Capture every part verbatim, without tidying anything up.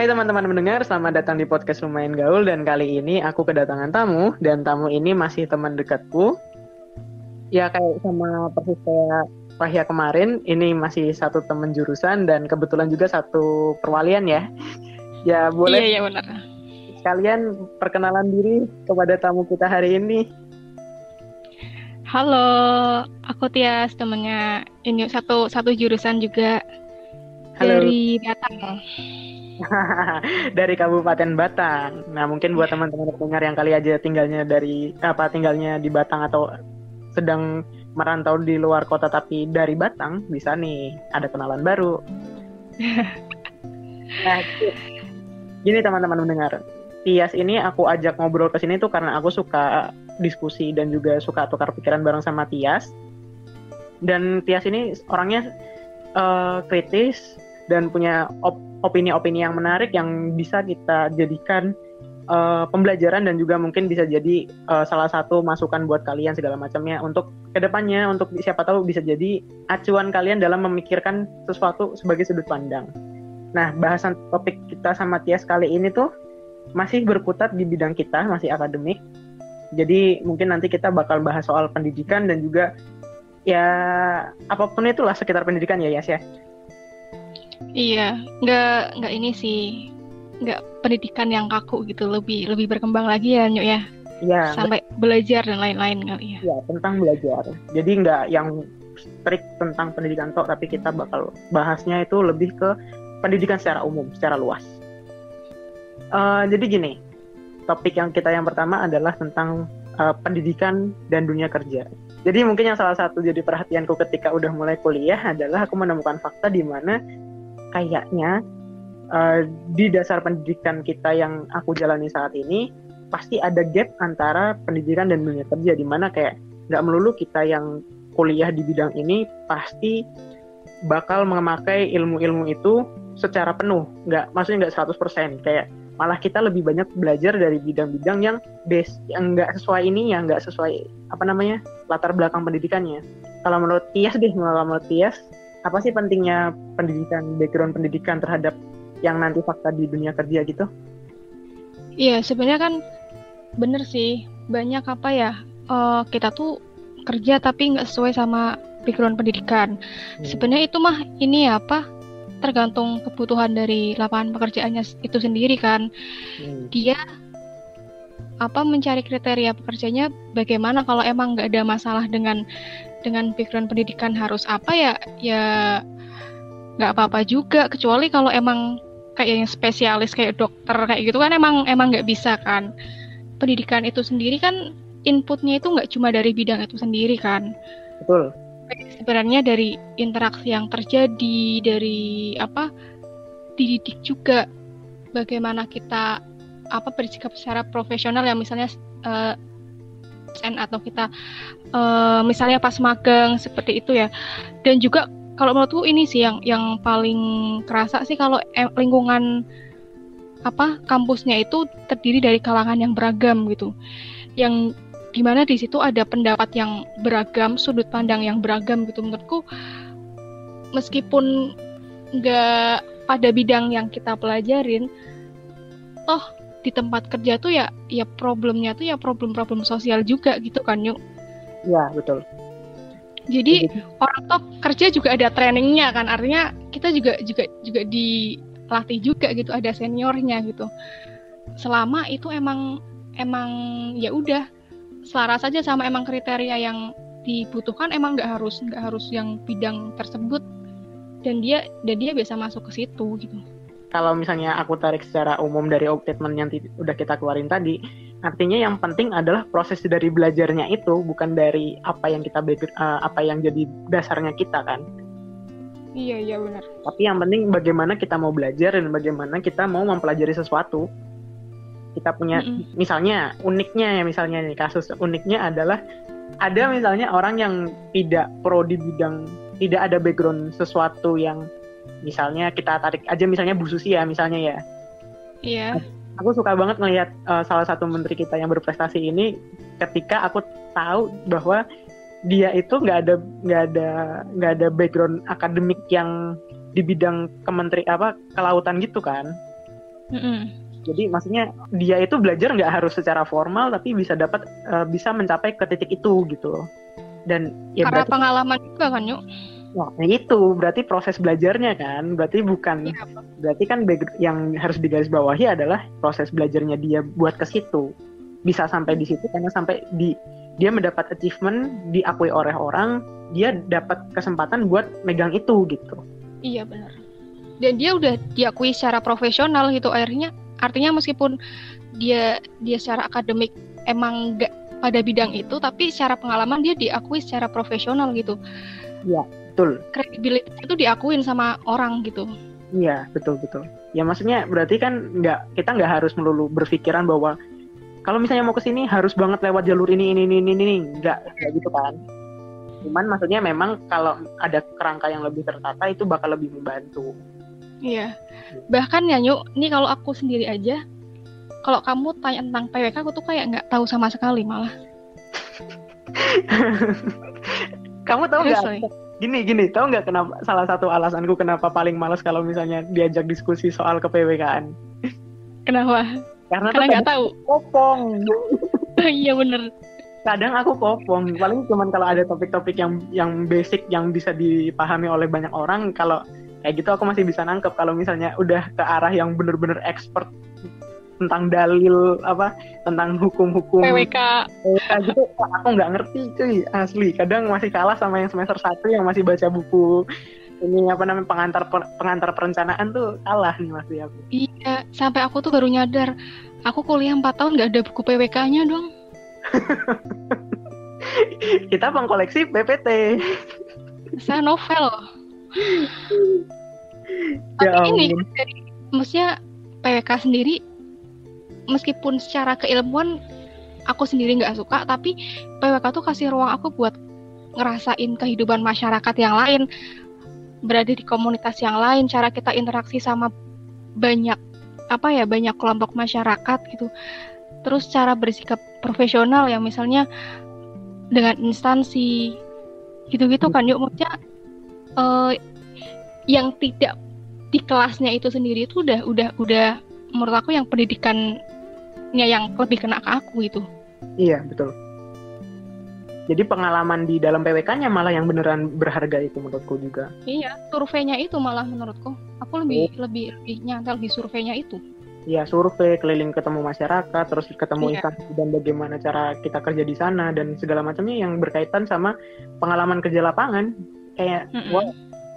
Hai teman-teman mendengar, selamat datang di podcast Lumayan Gaul. Dan kali ini aku kedatangan tamu. Dan tamu ini masih teman dekatku. Ya kayak sama persis kayak Wahya kemarin, ini masih satu teman jurusan. Dan kebetulan juga satu perwalian ya. Ya boleh Iya, iya benar. sekalian perkenalan diri kepada tamu kita hari ini. Halo, aku Tias, temennya ini satu satu jurusan juga Halo. dari Batang. Dari Kabupaten Batang. Nah mungkin buat Iya. teman-teman pendengar yang kali aja tinggalnya dari apa tinggalnya di Batang atau sedang merantau di luar kota tapi dari Batang, bisa nih ada kenalan baru. Nah, gini teman-teman mendengar, Tias ini aku ajak ngobrol ke sini tuh karena aku suka diskusi dan juga suka tukar pikiran bareng sama Tias. Dan Tias ini orangnya uh, kritis dan punya op- opini-opini yang menarik yang bisa kita jadikan uh, pembelajaran dan juga mungkin bisa jadi uh, salah satu masukan buat kalian segala macamnya untuk kedepannya, untuk siapa tahu bisa jadi acuan kalian dalam memikirkan sesuatu sebagai sudut pandang. Nah, bahasan topik kita sama Tias kali ini tuh masih berkutat di bidang kita, masih akademik. Jadi mungkin nanti kita bakal bahas soal pendidikan dan juga ya apapun itulah sekitar pendidikan ya Yas ya. Iya, nggak nggak ini sih, nggak pendidikan yang kaku gitu, lebih lebih berkembang lagi ya Nyuk ya, Iya, sampai belajar dan lain-lain kali ya. ya tentang belajar. Jadi nggak yang strict tentang pendidikan tok, tapi kita bakal bahasnya itu lebih ke pendidikan secara umum, secara luas. Uh, jadi gini, topik yang kita yang pertama adalah tentang uh, pendidikan dan dunia kerja. Jadi mungkin yang salah satu jadi perhatianku ketika udah mulai kuliah adalah aku menemukan fakta di mana kayaknya uh, di dasar pendidikan kita yang aku jalani saat ini pasti ada gap antara pendidikan dan dunia kerja, di mana kayak nggak melulu kita yang kuliah di bidang ini pasti bakal memakai ilmu-ilmu itu secara penuh, nggak maksudnya nggak seratus persen, kayak malah kita lebih banyak belajar dari bidang-bidang yang base, yang nggak sesuai ini, yang nggak sesuai apa namanya latar belakang pendidikannya. Kalau menurut Tias deh, kalau menurut Tias apa sih pentingnya pendidikan, background pendidikan terhadap yang nanti fakta di dunia kerja gitu? Iya, sebenarnya kan bener sih, banyak apa ya, uh, kita tuh kerja tapi nggak sesuai sama background pendidikan. Hmm. Sebenarnya itu mah ini ya apa, tergantung kebutuhan dari lapangan pekerjaannya itu sendiri kan. Hmm. Dia apa mencari kriteria pekerjanya bagaimana, kalau emang nggak ada masalah dengan dengan background pendidikan harus apa ya, ya nggak apa-apa juga, kecuali kalau emang kayak yang spesialis kayak dokter kayak gitu kan emang emang nggak bisa kan. Pendidikan itu sendiri kan inputnya itu nggak cuma dari bidang itu sendiri kan. Betul. Sebenarnya dari interaksi yang terjadi, dari apa dididik juga, bagaimana kita apa bersikap secara profesional ya, misalnya uh, atau kita uh, misalnya pas magang seperti itu ya. Dan juga kalau menurutku ini sih yang yang paling kerasa sih, kalau eh, lingkungan apa kampusnya itu terdiri dari kalangan yang beragam gitu, yang dimana di situ ada pendapat yang beragam, sudut pandang yang beragam gitu. Menurutku meskipun nggak pada bidang yang kita pelajarin, toh di tempat kerja tuh ya ya problemnya tuh ya problem-problem sosial juga gitu kan Yuk. Iya betul. Jadi Jadi orang toh kerja juga ada trainingnya kan, artinya kita juga juga juga dilatih juga gitu, ada seniornya gitu. Selama itu emang emang ya udah selaras saja sama emang kriteria yang dibutuhkan, emang nggak harus nggak harus yang bidang tersebut, dan dia dan dia bisa masuk ke situ gitu. Kalau misalnya aku tarik secara umum dari statement yang t- udah kita keluarin tadi, artinya yang penting adalah proses dari belajarnya itu, bukan dari apa yang kita uh, apa yang jadi dasarnya kita kan. Iya iya benar. Tapi yang penting bagaimana kita mau belajar dan bagaimana kita mau mempelajari sesuatu. Kita punya mm-hmm. misalnya uniknya ya, misalnya nih kasus uniknya adalah ada misalnya orang yang tidak pro di bidang, tidak ada background sesuatu yang misalnya kita tarik aja misalnya Bu Susi ya misalnya ya. Iya. Aku suka banget melihat uh, salah satu menteri kita yang berprestasi ini, ketika aku tahu bahwa dia itu nggak ada nggak ada nggak ada background akademik yang di bidang kementeri apa kelautan gitu kan. Mm-mm. Jadi maksudnya dia itu belajar nggak harus secara formal tapi bisa dapat uh, bisa mencapai ke titik itu gitu loh. Dan ya Karena berarti pengalaman juga kan yuk. wah, nah itu berarti proses belajarnya kan, berarti bukan Iya. berarti kan back- yang harus digarisbawahi adalah proses belajarnya dia buat ke situ. Bisa sampai di situ karena sampai di dia mendapat achievement, diakui oleh orang, dia dapat kesempatan buat megang itu gitu. Iya benar. Dan dia udah diakui secara profesional gitu akhirnya. Artinya meskipun dia dia secara akademik emang nggak pada bidang itu, tapi secara pengalaman dia diakui secara profesional gitu. Iya, betul. Kredibilitas itu diakuin sama orang gitu. Iya, betul betul. Ya maksudnya berarti kan nggak kita nggak harus melulu berpikiran bahwa kalau misalnya mau ke sini harus banget lewat jalur ini ini ini ini ini nggak nggak gitu kan. Cuman maksudnya memang kalau ada kerangka yang lebih tertata itu bakal lebih membantu. Iya. Bahkan ya Nyuk, ini kalau aku sendiri aja, kalau kamu tanya tentang P W K, aku tuh kayak nggak tahu sama sekali malah. Kamu tahu nggak? Seriously. Gini gini, tahu nggak kenapa salah satu alasanku kenapa paling malas kalau misalnya diajak diskusi soal ke P W K-an? Kenapa? Karena, Karena tuh nggak tahu. kopong. Iya bener. Kadang aku kopong. Paling cuman kalau ada topik-topik yang yang basic yang bisa dipahami oleh banyak orang, kalau kayak gitu aku masih bisa nangkep. Kalau misalnya udah ke arah yang bener-bener expert tentang dalil apa tentang hukum-hukum P W K. P W K gitu aku nggak ngerti cuy, asli. Kadang masih kalah sama yang semester satu yang masih baca buku ini apa namanya pengantar pengantar perencanaan tuh kalah nih masih aku. Iya, sampai aku tuh baru nyadar aku kuliah empat tahun nggak ada buku P W K-nya dong. Kita pengkoleksi P P T. Saya novel. Ya Tapi ini ampun. dari maksudnya P W K sendiri meskipun secara keilmuan aku sendiri nggak suka, tapi P W K tuh kasih ruang aku buat ngerasain kehidupan masyarakat yang lain, berada di komunitas yang lain, cara kita interaksi sama banyak apa ya banyak kelompok masyarakat gitu. Terus cara bersikap profesional yang misalnya dengan instansi gitu-gitu kan yuk maksudnya uh, yang tidak di kelasnya itu sendiri itu udah udah udah menurut aku yang pendidikannya yang lebih kena ke aku gitu. Iya betul. Jadi pengalaman di dalam P W K-nya malah yang beneran berharga itu menurutku juga. Iya, surveinya itu malah menurutku. Aku lebih oh. lebih lebih nyantel di surveinya itu. Iya, survei, keliling ketemu masyarakat, terus ketemu Iya. instansi dan bagaimana cara kita kerja di sana dan segala macamnya yang berkaitan sama pengalaman kerja lapangan. Kayak, Mm-mm. wah,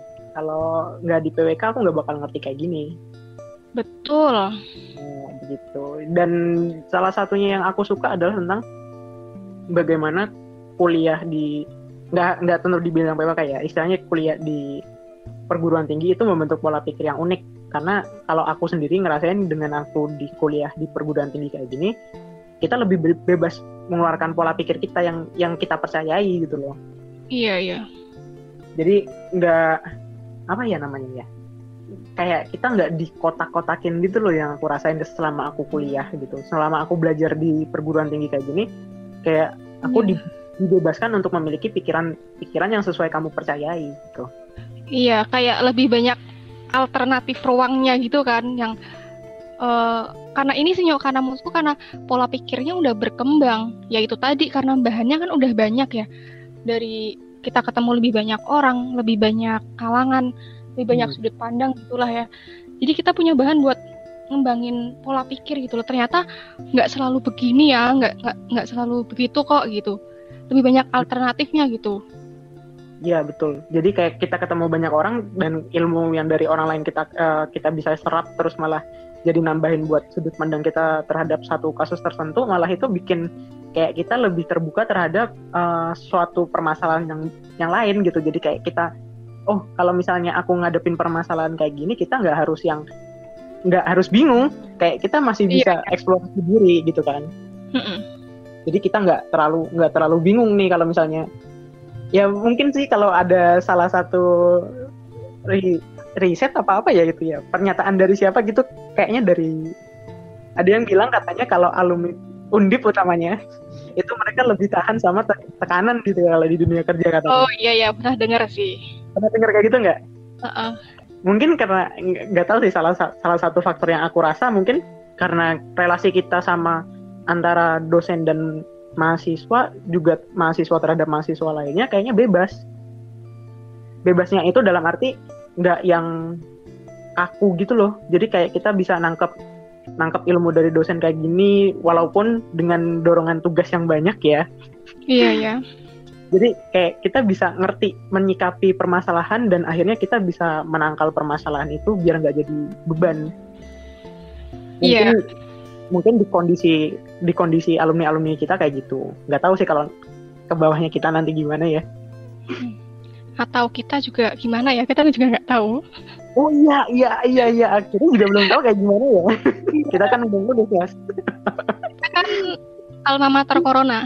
kalau nggak di P W K aku nggak bakal ngerti kayak gini. Betul. Nah, begitu. Dan salah satunya yang aku suka adalah tentang bagaimana kuliah di nggak nggak tentu di bidang P W K ya, istilahnya kuliah di perguruan tinggi itu membentuk pola pikir yang unik. Karena kalau aku sendiri ngerasain dengan aku di kuliah di perguruan tinggi kayak gini, kita lebih bebas mengeluarkan pola pikir kita yang yang kita percayai gitu loh. Iya iya. Jadi nggak apa ya namanya ya, kayak kita nggak dikotak-kotakin gitu loh yang aku rasain selama aku kuliah gitu. Selama aku belajar di perguruan tinggi kayak gini, kayak aku Iya. di, dibebaskan untuk memiliki pikiran-pikiran yang sesuai kamu percayai gitu. Iya, kayak lebih banyak alternatif ruangnya gitu kan yang uh, karena ini sih Nyok, karena menurutku karena pola pikirnya udah berkembang, yaitu tadi karena bahannya kan udah banyak ya, dari kita ketemu lebih banyak orang, lebih banyak kalangan, lebih banyak Hmm. sudut pandang gitulah ya. Jadi kita punya bahan buat ngembangin pola pikir gitu loh. Ternyata nggak selalu begini ya, nggak nggak nggak selalu begitu kok gitu. Lebih banyak alternatifnya gitu. Iya betul. Jadi kayak kita ketemu banyak orang dan ilmu yang dari orang lain kita uh, kita bisa serap terus malah jadi nambahin buat sudut pandang kita terhadap satu kasus tertentu, malah itu bikin kayak kita lebih terbuka terhadap uh, suatu permasalahan yang yang lain gitu. Jadi kayak kita, oh kalau misalnya aku ngadepin permasalahan kayak gini, kita nggak harus yang nggak harus bingung, kayak kita masih bisa Iya. eksplorasi diri gitu kan. Mm-mm. Jadi kita nggak terlalu nggak terlalu bingung nih kalau misalnya. Ya mungkin sih kalau ada salah satu ri- riset apa apa ya gitu ya, pernyataan dari siapa gitu, kayaknya dari ada yang bilang katanya kalau alumni Undip utamanya itu mereka lebih tahan sama te- tekanan gitu ya kalau di dunia kerja katanya. Oh iya ya pernah dengar sih. Pernah dengar kayak gitu nggak? Uh-uh. Mungkin karena nggak tahu sih, salah salah satu faktor yang aku rasa mungkin karena relasi kita sama antara dosen dan mahasiswa, juga mahasiswa terhadap mahasiswa lainnya kayaknya bebas. Bebasnya itu dalam arti nggak yang kaku gitu loh. Jadi kayak kita bisa nangkep nangkep ilmu dari dosen kayak gini walaupun dengan dorongan tugas yang banyak ya. Iya ya. Jadi kayak kita bisa ngerti menyikapi permasalahan dan akhirnya kita bisa menangkal permasalahan itu biar nggak jadi beban. Mungkin yeah. mungkin di kondisi di kondisi alumni alumni kita kayak gitu. Nggak tahu sih kalau ke bawahnya kita nanti gimana ya. Atau kita juga gimana ya? Kita juga nggak tahu. Oh iya iya iya iya. Kita juga belum tahu kayak gimana ya. Kita kan udah lulus ya. Kita kan alma mater corona.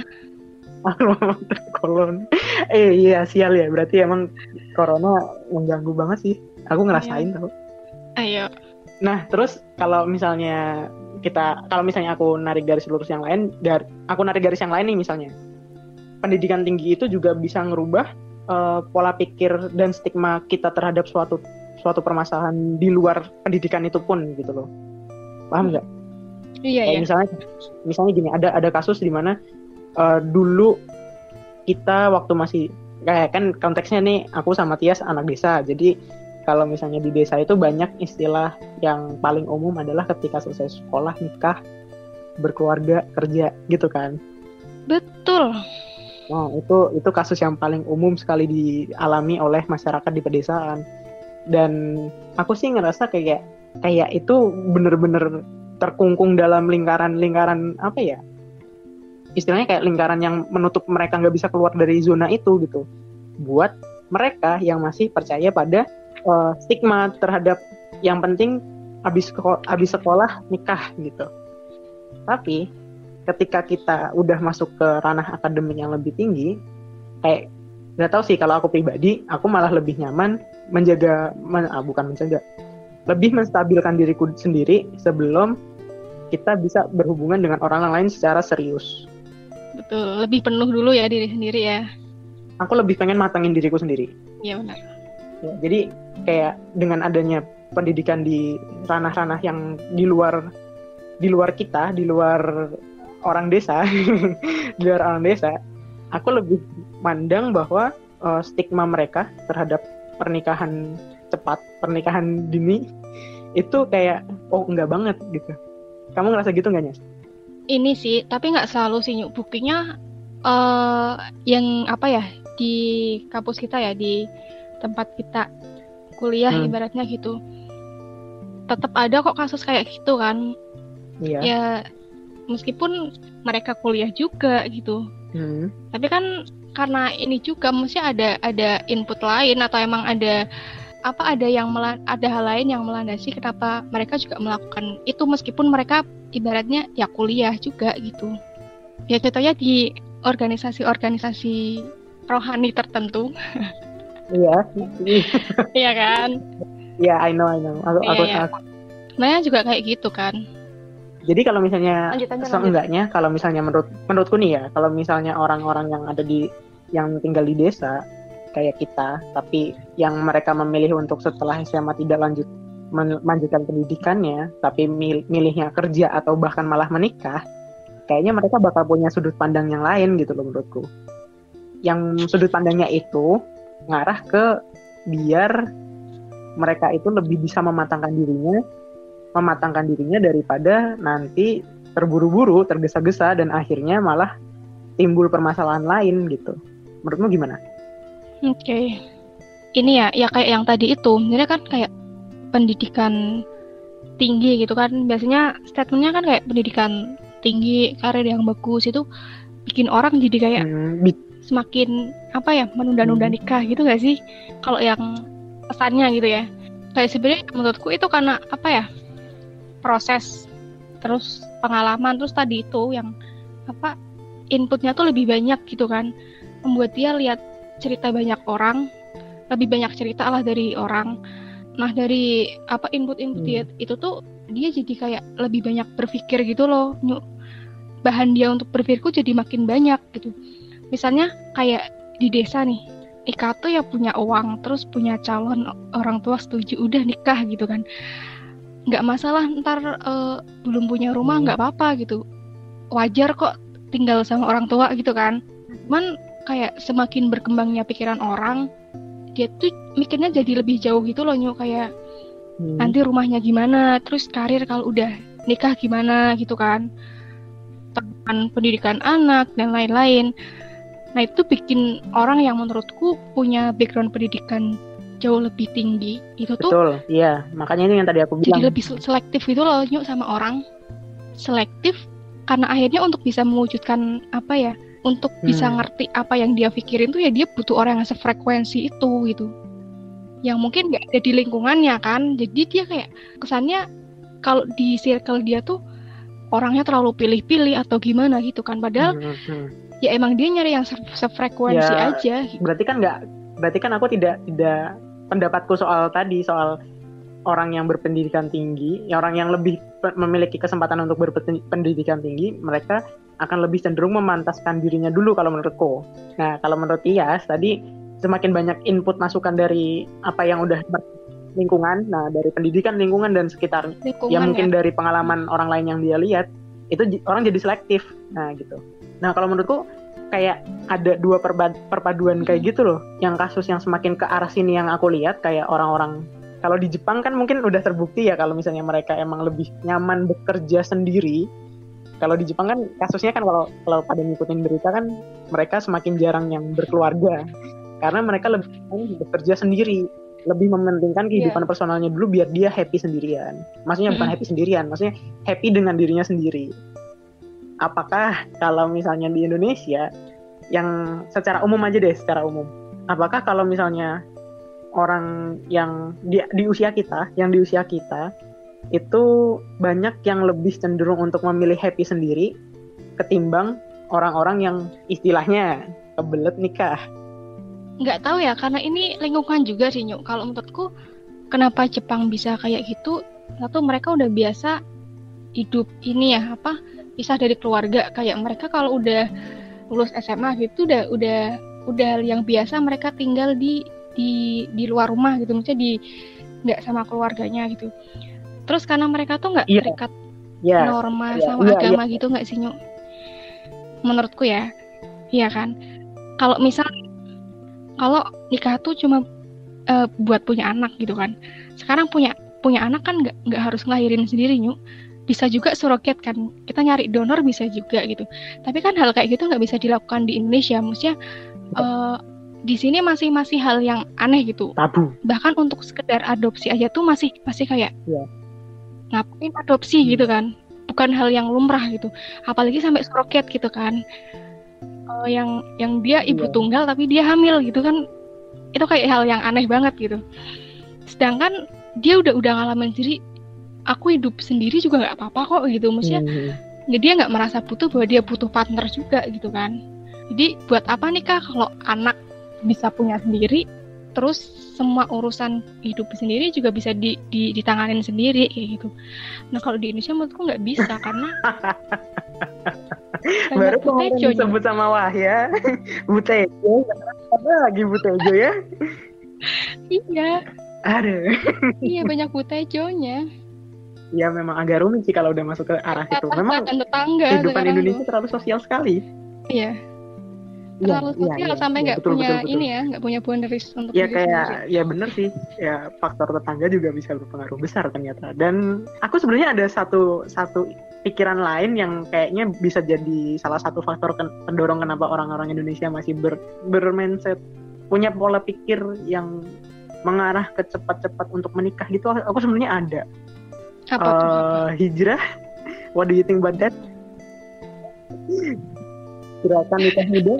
Alma mater corona. Eh iya sial ya. Berarti emang corona mengganggu banget sih. Aku ngerasain tau. Ayo. Nah terus kalau misalnya kita, kalau misalnya aku narik garis lurus yang lain, dari aku narik garis yang lain nih misalnya, pendidikan tinggi itu juga bisa ngerubah uh, pola pikir dan stigma kita terhadap suatu suatu permasalahan di luar pendidikan itu pun gitu loh. Paham nggak? Iya, Kayak iya. misalnya misalnya gini, ada ada kasus di mana uh, dulu kita waktu masih kayak kan konteksnya nih aku sama Tias anak desa. Jadi kalau misalnya di desa itu banyak istilah yang paling umum adalah ketika selesai sekolah nikah, berkeluarga, kerja gitu kan. Betul. Nah, itu itu kasus yang paling umum sekali dialami oleh masyarakat di pedesaan. Dan aku sih ngerasa kayak kayak itu bener-bener terkungkung dalam lingkaran-lingkaran apa ya? Istilahnya kayak lingkaran yang menutup mereka nggak bisa keluar dari zona itu gitu. Buat mereka yang masih percaya pada uh, stigma terhadap yang penting habis sekolah, habis sekolah nikah gitu. Tapi ketika kita udah masuk ke ranah akademik yang lebih tinggi, kayak nggak tahu sih, kalau aku pribadi, aku malah lebih nyaman menjaga, men, ah, bukan menjaga, lebih menstabilkan diriku sendiri sebelum kita bisa berhubungan dengan orang lain secara serius. Betul, lebih penuh dulu ya diri sendiri ya. Aku lebih pengen matangin diriku sendiri. Iya benar. Ya, jadi kayak dengan adanya pendidikan di ranah-ranah yang di luar di luar kita, di luar orang desa, di luar orang desa, aku lebih mandang bahwa uh, stigma mereka terhadap pernikahan cepat, pernikahan dini itu kayak oh enggak banget gitu. Kamu ngerasa gitu nggak, Nyes? Ini sih, tapi nggak selalu sih, Nyuk. Buktinya uh, yang apa ya, di kampus kita ya, di tempat kita kuliah hmm. ibaratnya gitu, tetap ada kok kasus kayak gitu kan. Iya. Ya meskipun mereka kuliah juga gitu, hmm. tapi kan karena ini juga mesti ada ada input lain, atau emang ada apa ada yang melan, ada hal lain yang melandasi kenapa mereka juga melakukan itu meskipun mereka ibaratnya ya kuliah juga gitu. Ya contohnya di organisasi-organisasi rohani tertentu. Iya. Iya kan? Iya, I know, I know. Aku, iya, aku, iya. aku. Nah, juga kayak gitu kan. Jadi kalau misalnya lanjut, lanjut, seenggaknya lanjut. Kalau misalnya menurut menurutku nih ya, kalau misalnya orang-orang yang ada di yang tinggal di desa kayak kita, tapi yang mereka memilih untuk setelah S M A tidak lanjut melanjutkan pendidikannya, tapi milihnya kerja atau bahkan malah menikah, kayaknya mereka bakal punya sudut pandang yang lain gitu loh menurutku. Yang sudut pandangnya itu ngarah ke biar mereka itu lebih bisa mematangkan dirinya, mematangkan dirinya daripada nanti terburu-buru, tergesa-gesa dan akhirnya malah timbul permasalahan lain gitu. Menurutmu gimana? Oke, okay. Ini ya, ya kayak yang tadi itu, sebenarnya kan kayak pendidikan tinggi gitu kan, biasanya statementnya kan kayak pendidikan tinggi, karir yang bagus itu bikin orang jadi kayak hmm, bi- semakin apa ya, menunda-nunda hmm. nikah gitu gak sih? Kalau yang pesannya gitu ya, kayak sebenarnya menurutku itu karena apa ya, proses, terus pengalaman, terus tadi itu yang apa, inputnya tuh lebih banyak gitu kan, membuat dia lihat cerita banyak orang, lebih banyak cerita lah dari orang. Nah dari apa input-input hmm. dia itu tuh dia jadi kayak lebih banyak berpikir gitu loh. Bahan dia untuk berpikirku jadi makin banyak gitu. Misalnya kayak di desa nih, nikah tuh ya punya uang, terus punya calon, orang tua setuju, udah nikah gitu kan. Nggak masalah ntar uh, belum punya rumah, Hmm. nggak apa-apa gitu. Wajar kok tinggal sama orang tua gitu kan. Cuman kayak semakin berkembangnya pikiran orang, dia tuh mikirnya jadi lebih jauh gitu loh Nyu, kayak Hmm. nanti rumahnya gimana, terus karir kalau udah nikah gimana gitu kan, tentang pendidikan anak dan lain-lain. Nah itu bikin orang yang menurutku punya background pendidikan jauh lebih tinggi itu tuh Betul, iya. Makanya ini yang tadi aku jadi bilang. lebih selektif gitu loh Nyu sama orang. Selektif karena akhirnya untuk bisa mewujudkan apa ya, untuk bisa Hmm. ngerti apa yang dia pikirin tuh ya dia butuh orang yang sefrekuensi itu gitu, yang mungkin nggak ada di lingkungannya kan. Jadi dia kayak kesannya kalau di circle dia tuh orangnya terlalu pilih-pilih atau gimana gitu kan, padahal Hmm. Hmm. ya emang dia nyari yang se- sefrekuensi Ya, aja gitu. berarti kan nggak, berarti kan aku tidak tidak pendapatku soal tadi soal orang yang berpendidikan tinggi, ya orang yang lebih pe- memiliki kesempatan untuk berpendidikan tinggi, mereka akan lebih cenderung memantaskan dirinya dulu kalau menurutku. Nah, kalau menurut Iyas tadi semakin banyak input masukan dari apa yang udah ber- lingkungan, nah dari pendidikan, lingkungan dan sekitarnya, Lingkungan ya mungkin ya. dari pengalaman orang lain yang dia lihat, itu j- orang jadi selektif. Nah, gitu. Nah, kalau menurutku kayak ada dua perba- perpaduan kayak gitu loh. Yang kasus yang semakin ke arah sini yang aku lihat kayak orang-orang, kalau di Jepang kan mungkin udah terbukti ya kalau misalnya mereka emang lebih nyaman bekerja sendiri. Kalau di Jepang kan kasusnya kan kalau kalau pada ngikutin berita kan mereka semakin jarang yang berkeluarga karena mereka lebih nyaman bekerja sendiri, lebih mementingkan kehidupan Iya. personalnya dulu biar dia happy sendirian. Maksudnya bukan Mm-mm. happy sendirian, maksudnya happy dengan dirinya sendiri. Apakah kalau misalnya di Indonesia, yang secara umum aja deh, secara umum, apakah kalau misalnya orang yang di, di usia kita, yang di usia kita itu banyak yang lebih cenderung untuk memilih happy sendiri ketimbang orang-orang yang istilahnya kebelet nikah? Nggak tahu ya, karena ini lingkungan juga sih Nyuk. Kalau menurutku kenapa Jepang bisa kayak gitu, satu mereka udah biasa hidup ini ya apa, pisah dari keluarga. Kayak mereka kalau udah lulus S M A gitu udah udah udah yang biasa mereka tinggal di di di luar rumah gitu, maksudnya di nggak sama keluarganya gitu. Terus karena mereka tuh nggak Iya, terikat iya, norma iya, sama iya, agama iya. gitu, nggak sih Nyuk? Menurutku ya, iya kan. Kalau misal kalau nikah tuh cuma uh, buat punya anak gitu kan. Sekarang punya punya anak kan nggak nggak harus ngelahirin sendiri Nyuk. Bisa juga surrogate kan. Kita nyari donor bisa juga gitu. Tapi kan hal kayak gitu nggak bisa dilakukan di Indonesia. Maksudnya uh, di sini masih masih hal yang aneh gitu. Tabu. Bahkan untuk sekedar adopsi aja tuh masih masih kayak ya. Ngapain adopsi hmm. gitu kan. Bukan hal yang lumrah gitu. Apalagi sampai surrogate gitu kan. Uh, yang yang dia ibu yeah. tunggal tapi dia hamil gitu kan. Itu kayak hal yang aneh banget gitu. Sedangkan dia udah udah ngalamin sendiri, aku hidup sendiri juga nggak apa-apa kok gitu. Maksudnya hmm. dia nggak merasa butuh bahwa dia butuh partner juga gitu kan. Jadi buat apa nikah kalau anak bisa punya sendiri, terus semua urusan hidup sendiri juga bisa di, di, ditanganin sendiri kayak gitu. Nah kalau di Indonesia menurutku nggak bisa karena baru kemarin disebut sama Wahya Butejo, ada lagi Butejo ya. Iya. Aduh. Iya banyak Butejonya. Ya memang agak rumit sih kalau udah masuk ke arah itu. Memang kehidupan Indonesia tuh terlalu sosial sekali. Iya. Terlalu ya, sosial ya, sampai nggak ya, punya betul, betul. ini ya, nggak punya boundaries untuk ya kayak sendiri. Ya bener sih. Ya faktor tetangga juga bisa berpengaruh besar ternyata. Dan aku sebenarnya ada satu satu pikiran lain yang kayaknya bisa jadi salah satu faktor pendorong kenapa orang-orang Indonesia masih ber, bermindset, punya pola pikir yang mengarah ke cepat-cepat untuk menikah gitu. Aku sebenarnya ada. Apa tuh? Uh, hijrah. What do you think about that? Gerakan nikah muda.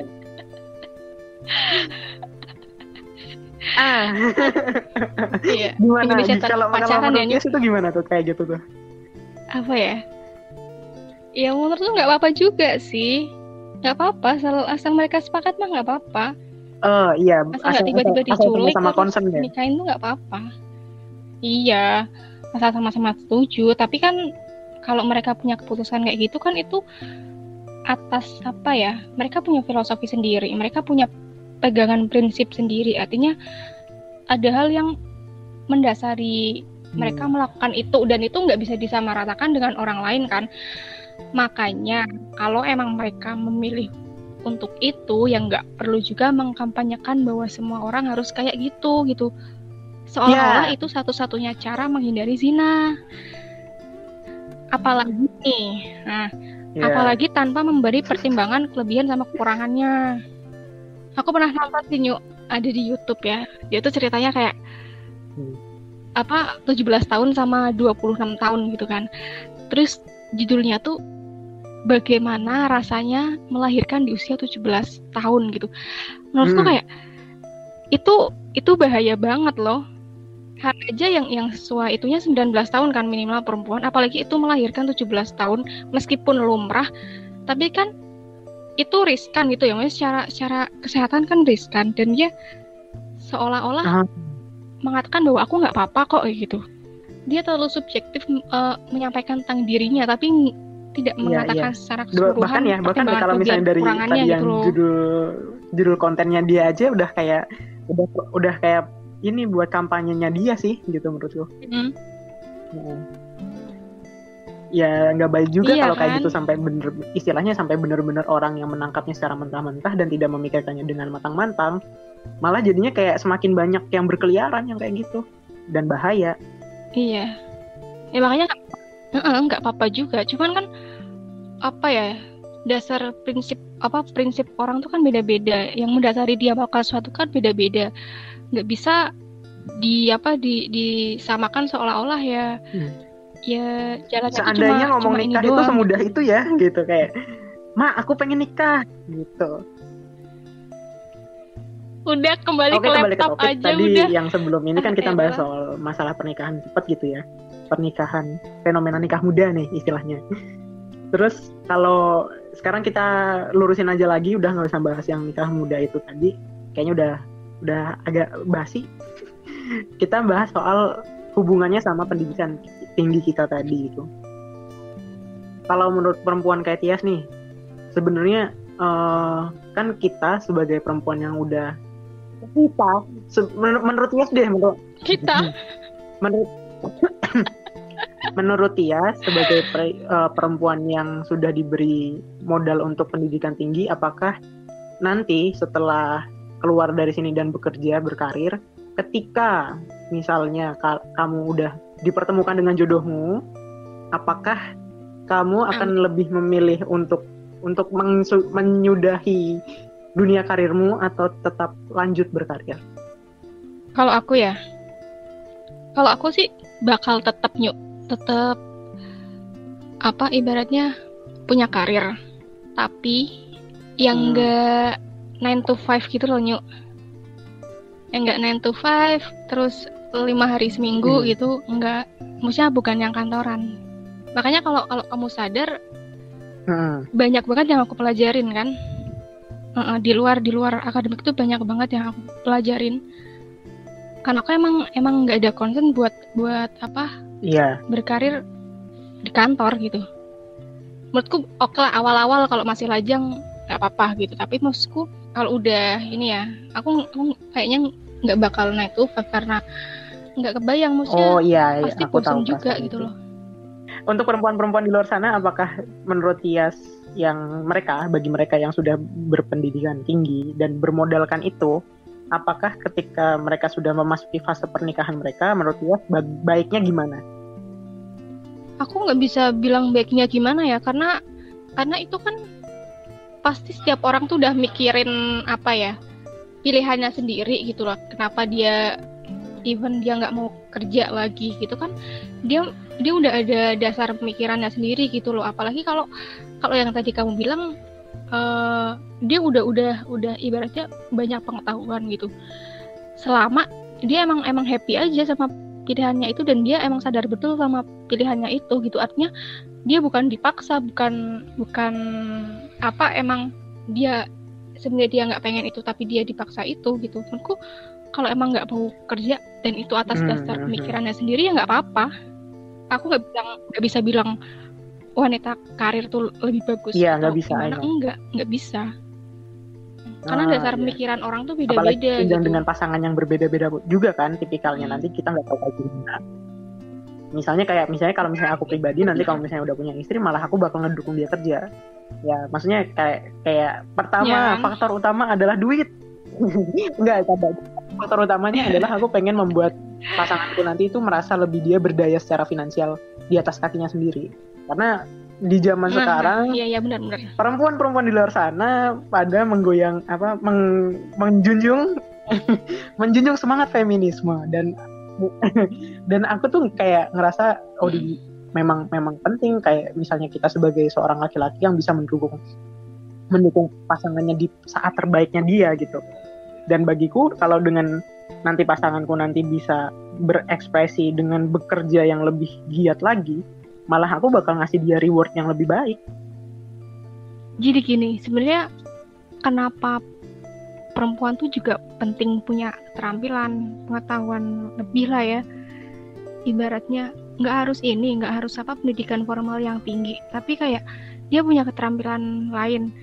ah. Iya. Gimana? Kalau kalau menurut ya, itu gimana tuh kayak gitu tuh? Apa ya? Ya menurut tuh nggak apa-apa juga sih. Nggak apa-apa, asal asal mereka sepakat mah nggak apa-apa. Oh iya. Asal nggak tiba-tiba diculik sama concern ya. Nikahin tuh nggak apa-apa. Iya. Asal sama-sama setuju. Tapi kan kalau mereka punya keputusan kayak gitu kan itu atas apa ya? Mereka punya filosofi sendiri. Mereka punya pegangan prinsip sendiri. Artinya ada hal yang mendasari mereka Hmm. melakukan itu, dan itu nggak bisa disamaratakan dengan orang lain kan. Makanya kalau emang mereka memilih untuk itu, yang nggak perlu juga mengkampanyekan bahwa semua orang harus kayak gitu gitu. Seolah-olah Ya, itu satu-satunya cara menghindari zina. Apalagi nih, nah, ya. apalagi tanpa memberi pertimbangan kelebihan sama kekurangannya. Aku pernah nonton sih, Nyu, ada di YouTube ya. Dia tuh ceritanya kayak Hmm. apa tujuh belas tahun sama dua puluh enam tahun gitu kan. Terus judulnya tuh bagaimana rasanya melahirkan di usia tujuh belas tahun gitu. Menurutku Hmm. kayak itu itu bahaya banget loh. Kan aja yang yang sesuai itunya sembilan belas tahun kan minimal perempuan, apalagi itu melahirkan tujuh belas tahun meskipun lumrah, tapi kan itu riskan gitu ya, maksudnya secara secara kesehatan kan riskan, dan dia seolah-olah Ah, mengatakan bahwa aku nggak apa-apa kok gitu. Dia terlalu subjektif uh, menyampaikan tentang dirinya, tapi ng- tidak iya, mengatakan iya. secara Dua- bahkan keseluruhan ya, bahkan pertimbangan kalau kelebihan misalnya dari kekurangannya tadi gitu yang loh. judul judul kontennya dia aja udah kayak udah udah kayak ini buat kampanyenya dia sih gitu menurutku. Mm. Hmm. Ya nggak baik juga Iya kalau kayak kan? gitu, sampai bener istilahnya sampai bener-bener orang yang menangkapnya secara mentah-mentah dan tidak memikirkannya dengan matang-matang, malah jadinya kayak semakin banyak yang berkeliaran yang kayak gitu dan bahaya. Iya. Ya makanya uh-uh, nggak apa-apa juga. Cuman kan apa ya, dasar prinsip apa prinsip orang tuh kan beda-beda. Yang mendasari dia melakukan sesuatu kan beda-beda. Nggak bisa di apa di disamakan seolah-olah ya Hmm. ya jalannya tuh Seandainya cuma ngomong cuma ini nikah itu doang. semudah itu ya gitu, kayak ma aku pengen nikah gitu. Udah kembali Oke, ke kembali ke laptop topik aja tadi udah. yang sebelum ini kan Ah, kita elah. bahas soal masalah pernikahan cepat gitu ya, pernikahan, fenomena nikah muda nih istilahnya. Terus kalau sekarang kita lurusin aja lagi, udah nggak usah bahas yang nikah muda itu tadi, kayaknya udah udah agak basi. Kita bahas soal hubungannya sama pendidikan tinggi kita tadi itu. Kalau menurut perempuan kayak Tias nih, sebenarnya eh, kan kita sebagai perempuan yang udah kita se- menur- menurut Tias deh, menurut Kita menurut menurut Tias sebagai pre- eh, perempuan yang sudah diberi modal untuk pendidikan tinggi, apakah nanti setelah keluar dari sini dan bekerja berkarir, ketika misalnya ka- kamu udah dipertemukan dengan jodohmu, apakah kamu akan lebih memilih untuk untuk mengsu- menyudahi dunia karirmu atau tetap lanjut berkarir? kalau aku ya, kalau aku sih bakal tetap nyuk, tetap apa ibaratnya punya karir, tapi yang Hmm. enggak nine to five gitu loh nyuk, yang enggak nine to five terus lima hari seminggu Hmm. gitu, enggak, maksudnya bukan yang kantoran. Makanya kalau kalau kamu sadar Hmm. banyak banget yang aku pelajarin kan. Uh-uh, di luar di luar akademik tuh banyak banget yang aku pelajarin. Karena aku emang emang nggak ada concern buat buat apa Iya. berkarir di kantor gitu. Menurutku oke lah awal-awal kalau masih lajang nggak apa-apa gitu. Tapi maksudku kalau udah ini ya, aku, aku kayaknya nggak bakal naik tuh karena nggak kebayang maksudnya. Oh iya, iya, pasti aku tahu bosan juga perasaan gitu itu. loh. Untuk perempuan-perempuan di luar sana, apakah menurut Tias yang mereka, bagi mereka yang sudah berpendidikan tinggi dan bermodalkan itu, apakah ketika mereka sudah memasuki fase pernikahan mereka, menurut Tias ba- baiknya gimana? Aku nggak bisa bilang baiknya gimana ya, karena karena itu kan pasti setiap orang tuh udah mikirin apa ya pilihannya sendiri gitu loh. Kenapa dia even dia nggak mau kerja lagi gitu kan, dia dia udah ada dasar pemikirannya sendiri gitu loh. Apalagi kalau kalau yang tadi kamu bilang uh, dia udah udah udah ibaratnya banyak pengetahuan gitu. Selama dia emang emang happy aja sama pilihannya itu dan dia emang sadar betul sama pilihannya itu gitu. Artinya dia bukan dipaksa, bukan bukan apa emang dia sebenarnya dia nggak pengen itu tapi dia dipaksa itu gitu. Menurutku kalau emang nggak mau kerja dan itu atas Hmm, dasar hmm, pemikirannya sendiri ya nggak apa-apa. Aku nggak bilang nggak bisa bilang wanita karir tuh lebih bagus Iya, atau nggak bisa, gimana, I know. enggak nggak bisa. Karena Ah, dasar iya. pemikiran orang tuh Apalagi beda-beda tunjang gitu. dengan pasangan yang berbeda-beda juga kan tipikalnya, Hmm. nanti kita nggak tahu kayak gimana. Misalnya kayak misalnya kalau misalnya aku pribadi nanti kalau misalnya udah punya istri malah aku bakal ngedukung dia kerja. Ya maksudnya kayak kayak Ya pertama kan? faktor utama adalah duit. Enggak, sabar. Faktor utamanya adalah aku pengen membuat pasanganku nanti itu merasa lebih dia berdaya secara finansial di atas kakinya sendiri. Karena di zaman Nah, nah, sekarang iya iya benar-benar. perempuan-perempuan di luar sana pada menggoyang apa meng, menjunjung menjunjung semangat feminisme, dan dan aku tuh kayak ngerasa oh di memang memang penting kayak misalnya kita sebagai seorang laki-laki yang bisa mendukung mendukung pasangannya di saat terbaiknya dia gitu. Dan bagiku kalau dengan nanti pasanganku nanti bisa berekspresi dengan bekerja yang lebih giat lagi, malah aku bakal ngasih dia reward yang lebih baik. Jadi gini, sebenarnya kenapa perempuan tuh juga penting punya keterampilan, pengetahuan lebih lah ya. Ibaratnya nggak harus ini, nggak harus apa pendidikan formal yang tinggi, tapi kayak dia punya keterampilan lain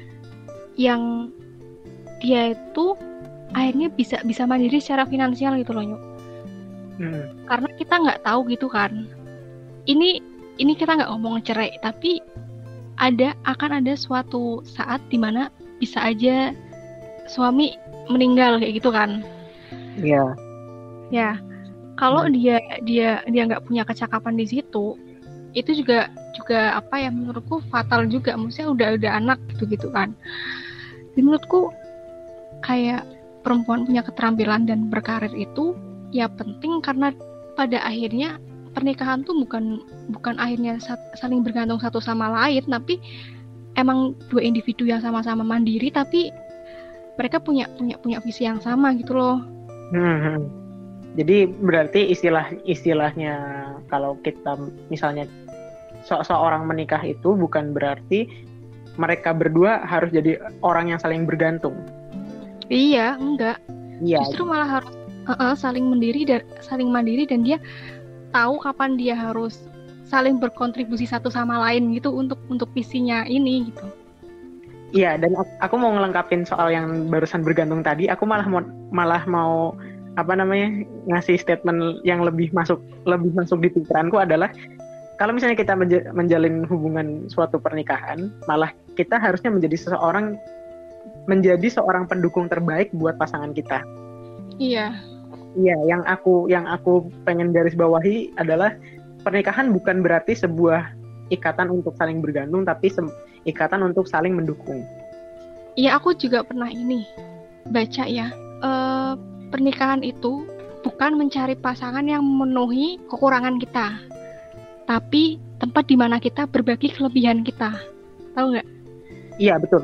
yang dia itu akhirnya bisa bisa mandiri secara finansial gitu loh, Nyuk. Hmm. Karena kita nggak tahu gitu kan. Ini ini kita nggak ngomong cerai, tapi ada akan ada suatu saat dimana bisa aja suami meninggal kayak gitu kan. Iya. Ya, kalau Hmm. dia dia dia nggak punya kecakapan di situ, itu juga juga apa ya menurutku fatal juga. Maksudnya udah udah anak gitu gitu kan. Jadi menurutku kayak perempuan punya keterampilan dan berkarir itu ya penting karena pada akhirnya pernikahan tuh bukan bukan akhirnya saling bergantung satu sama lain, tapi emang dua individu yang sama-sama mandiri tapi mereka punya punya punya visi yang sama gitu loh. Hmm. Jadi berarti istilah istilahnya kalau kita misalnya se- seorang menikah itu bukan berarti mereka berdua harus jadi orang yang saling bergantung. Iya, enggak. Iya. Justru malah harus uh-uh, saling mandiri dan saling mandiri dan dia tahu kapan dia harus saling berkontribusi satu sama lain gitu untuk untuk visinya ini gitu. Iya, dan aku mau ngelengkapin soal yang barusan bergantung tadi, aku malah mau malah mau apa namanya ngasih statement yang lebih masuk lebih masuk di pikiranku adalah kalau misalnya kita menja- menjalin hubungan suatu pernikahan, malah kita harusnya menjadi seseorang menjadi seorang pendukung terbaik buat pasangan kita. Iya. Iya, yang aku yang aku pengen garis bawahi adalah pernikahan bukan berarti sebuah ikatan untuk saling bergantung, tapi se- ikatan untuk saling mendukung. Iya, aku juga pernah ini baca ya. Uh, pernikahan itu bukan mencari pasangan yang memenuhi kekurangan kita, tapi tempat di mana kita berbagi kelebihan kita. Tahu nggak? Iya, betul.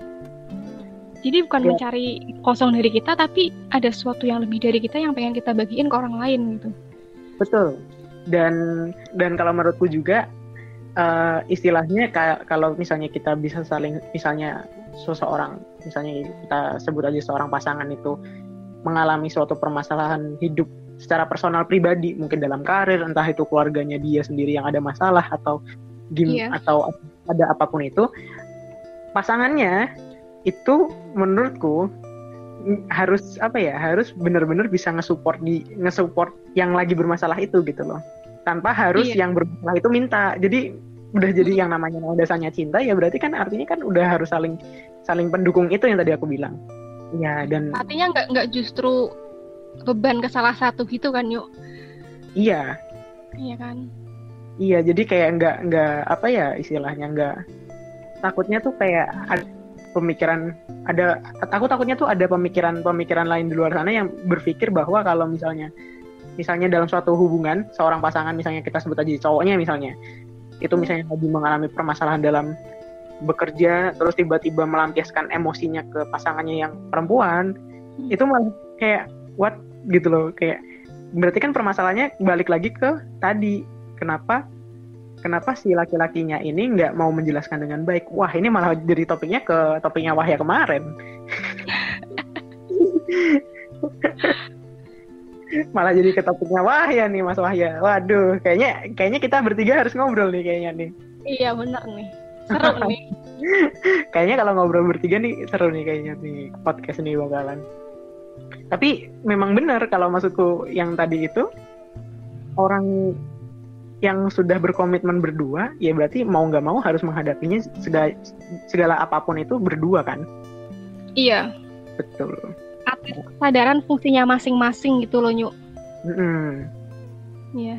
Jadi bukan Ya. mencari kosong dari kita, tapi ada sesuatu yang lebih dari kita yang pengen kita bagiin ke orang lain gitu. Betul. Dan dan kalau menurutku juga uh, istilahnya kayak kalau misalnya kita bisa saling misalnya seseorang misalnya kita sebut aja seorang pasangan itu mengalami suatu permasalahan hidup secara personal pribadi, mungkin dalam karir, entah itu keluarganya dia sendiri yang ada masalah atau gim Iya. atau ada apapun itu, pasangannya itu menurutku harus apa ya harus benar-benar bisa nge-support di nge-support yang lagi bermasalah itu gitu loh, tanpa harus Iya. yang bermasalah itu minta. Jadi udah jadi yang namanya landasannya cinta ya berarti kan artinya kan udah harus saling saling pendukung, itu yang tadi aku bilang. Ya, dan artinya nggak nggak justru beban ke salah satu gitu kan, Yuk? iya Iya kan? iya jadi kayak nggak nggak apa ya istilahnya nggak, takutnya tuh kayak ada pemikiran ada aku takutnya tuh ada pemikiran-pemikiran lain di luar sana yang berpikir bahwa kalau misalnya misalnya dalam suatu hubungan seorang pasangan, misalnya kita sebut aja cowoknya misalnya itu misalnya lagi mengalami permasalahan dalam bekerja, terus tiba-tiba melampiaskan emosinya ke pasangannya yang perempuan, hmm. itu malah kayak what gitu loh, kayak berarti kan permasalahannya balik lagi ke tadi, kenapa kenapa si laki-lakinya ini nggak mau menjelaskan dengan baik. Wah, ini malah jadi topiknya ke topiknya Wahya kemarin. Malah jadi ke topiknya Wahya nih, Mas Wahya. Waduh, kayaknya kayaknya kita bertiga harus ngobrol nih kayaknya nih. Iya, benar nih. Seru nih. Kayaknya kalau ngobrol bertiga nih seru nih kayaknya nih podcast ini bakalan. Tapi memang benar kalau maksudku yang tadi itu orang yang sudah berkomitmen berdua, ya berarti mau nggak mau harus menghadapinya segala, segala apapun itu berdua kan? Iya. Betul. Atas kesadaran fungsinya masing-masing gitu loh, Nyuk. Mm-hmm. Iya.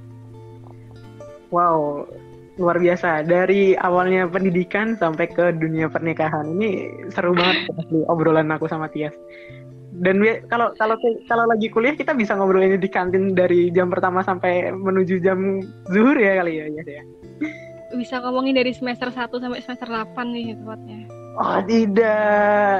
Wow, luar biasa. Dari awalnya pendidikan sampai ke dunia pernikahan ini seru banget asli obrolan aku sama Tias. Dan kalau kalau kalau lagi kuliah kita bisa ngobrol ini di kantin dari jam pertama sampai menuju jam zuhur ya kali ya, ya. Bisa ngomongin dari semester satu sampai semester delapan nih tepatnya. Oh, tidak.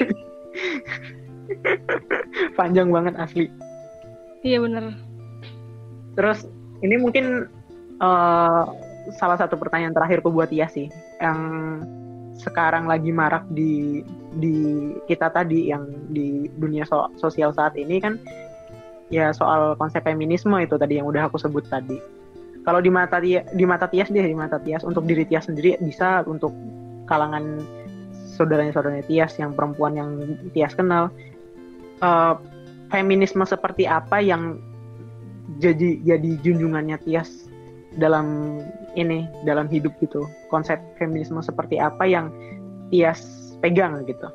Panjang banget asli. Iya bener. Terus ini mungkin uh, salah satu pertanyaan terakhirku buat Tias sih, yang sekarang lagi marak di di kita tadi yang di dunia so- sosial saat ini kan ya soal konsep feminisme itu tadi yang udah aku sebut tadi. Kalau di mata Tias, di mata Tias deh, di mata Tias untuk diri Tias sendiri, bisa untuk kalangan saudaranya-saudaranya Tias yang perempuan yang Tias kenal, uh, feminisme seperti apa yang jadi jadi junjungannya Tias dalam ini, dalam hidup gitu. Konsep feminisme seperti apa yang Tias pegang gitu.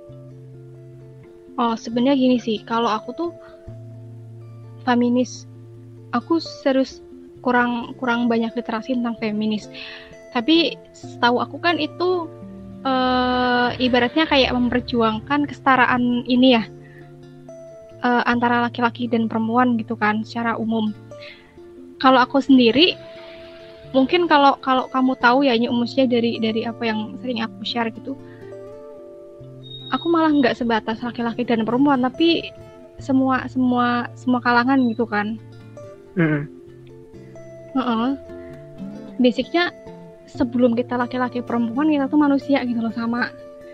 Oh, sebenarnya gini sih, kalau aku tuh feminis, aku serius kurang kurang banyak literasi tentang feminis. Tapi setahu aku kan itu uh, ibaratnya kayak memperjuangkan kesetaraan ini ya, uh, antara laki-laki dan perempuan gitu kan secara umum. Kalau aku sendiri, mungkin kalau kalau kamu tahu ya, maksudnya dari dari apa yang sering aku share gitu, aku malah nggak sebatas laki-laki dan perempuan, tapi semua semua semua kalangan gitu kan. Mm-hmm. Uh-uh. Basicnya sebelum kita laki-laki perempuan, kita tuh manusia gitu loh, sama.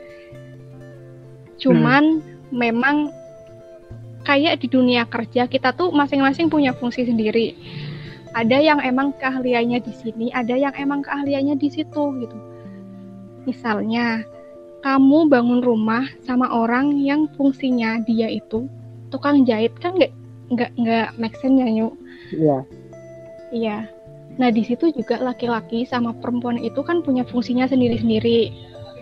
Cuman mm. memang kayak di dunia kerja kita tuh masing-masing punya fungsi sendiri. Ada yang emang keahliannya di sini, ada yang emang keahliannya di situ gitu. Misalnya, kamu bangun rumah sama orang yang fungsinya dia itu tukang jahit, kan nggak nggak nggak make sense ya, Nyu? Iya. Iya. Nah di situ juga laki-laki sama perempuan itu kan punya fungsinya sendiri-sendiri.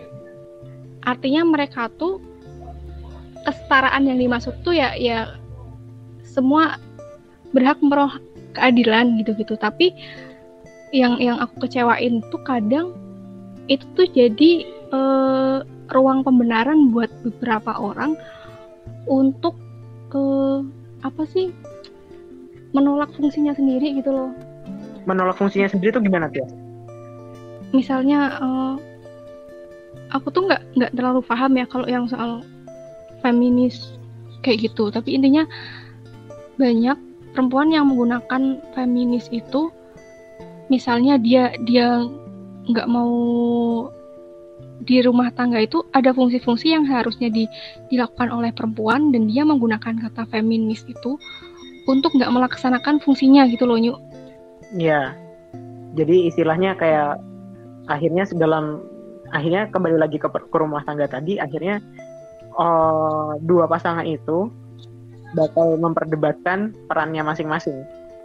Artinya mereka tuh kesetaraan yang dimaksud tuh ya ya semua berhak meroleh keadilan gitu-gitu. Tapi yang yang aku kecewain tuh kadang itu tuh jadi eh, ruang pembenaran buat beberapa orang untuk eh, apa sih menolak fungsinya sendiri gitu loh. Menolak fungsinya sendiri tuh gimana tuh? Misalnya eh, aku tuh nggak nggak terlalu paham ya kalau yang soal feminis kayak gitu. Tapi intinya banyak perempuan yang menggunakan feminis itu, misalnya dia dia nggak mau di rumah tangga itu ada fungsi-fungsi yang harusnya di, dilakukan oleh perempuan, dan dia menggunakan kata feminis itu untuk nggak melaksanakan fungsinya gitu loh, Nyu. Iya. Jadi istilahnya kayak akhirnya dalam akhirnya kembali lagi ke, ke rumah tangga tadi, akhirnya oh, dua pasangan itu bakal memperdebatkan perannya masing-masing.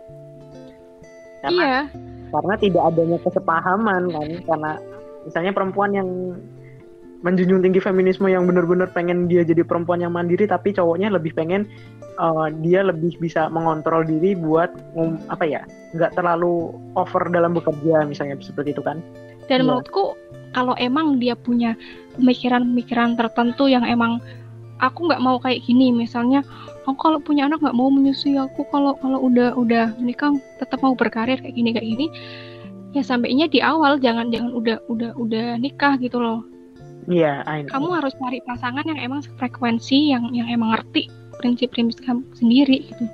Karena, iya. Karena tidak adanya kesepahaman kan, karena misalnya perempuan yang menjunjung tinggi feminisme yang benar-benar pengen dia jadi perempuan yang mandiri, tapi cowoknya lebih pengen uh, dia lebih bisa mengontrol diri buat um, apa ya, nggak terlalu over dalam bekerja misalnya, seperti itu kan. Dan ya. Menurutku kalau emang dia punya pemikiran-pemikiran tertentu yang emang aku nggak mau kayak gini, misalnya aku kalau punya anak nggak mau menyusui, aku kalau kalau udah udah menikah tetap mau berkarir kayak gini kayak gini, ya sampainya di awal, jangan jangan udah udah udah nikah gitu loh. Iya. Kamu harus cari pasangan yang emang frekuensi, yang yang emang ngerti prinsip-prinsip kamu sendiri gitu,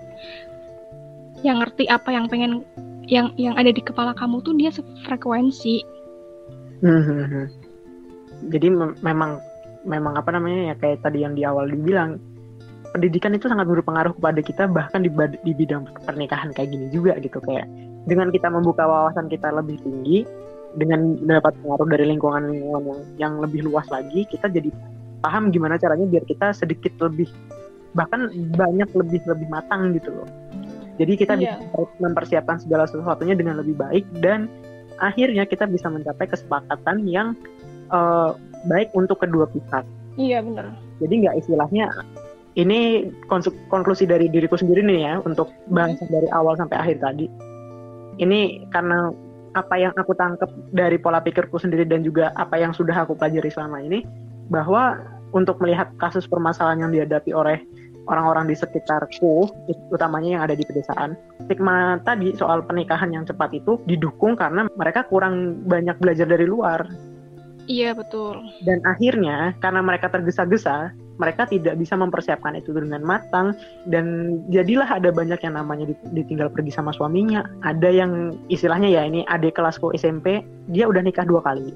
yang ngerti apa yang pengen, yang yang ada di kepala kamu tuh dia sefrekuensi. Hmm. Jadi mem- memang memang apa namanya ya, kayak tadi yang di awal dibilang, pendidikan itu sangat berpengaruh kepada kita, bahkan di, bad- di bidang pernikahan kayak gini juga gitu. Kayak dengan kita membuka wawasan kita lebih tinggi, dengan mendapat pengaruh dari lingkungan-lingkungan yang, yang lebih luas lagi, kita jadi paham gimana caranya biar kita sedikit lebih, bahkan banyak lebih lebih matang gitu loh. Jadi kita Iya. bisa mempersiapkan segala sesuatunya dengan lebih baik, dan akhirnya kita bisa mencapai kesepakatan yang uh, baik untuk kedua pihak. Iya benar. Jadi nggak istilahnya, ini konklusi dari diriku sendiri nih ya, untuk bahasan dari awal sampai akhir tadi. Ini karena apa yang aku tangkap dari pola pikirku sendiri dan juga apa yang sudah aku pelajari selama ini, bahwa untuk melihat kasus permasalahan yang dihadapi oleh orang-orang di sekitarku, utamanya yang ada di pedesaan, stigma tadi soal pernikahan yang cepat itu didukung karena mereka kurang banyak belajar dari luar. Iya betul. Dan akhirnya karena mereka tergesa-gesa, mereka tidak bisa mempersiapkan itu dengan matang, dan jadilah ada banyak yang namanya ditinggal pergi sama suaminya. Ada yang istilahnya ya, ini adik kelasku S M P, dia udah nikah dua kali.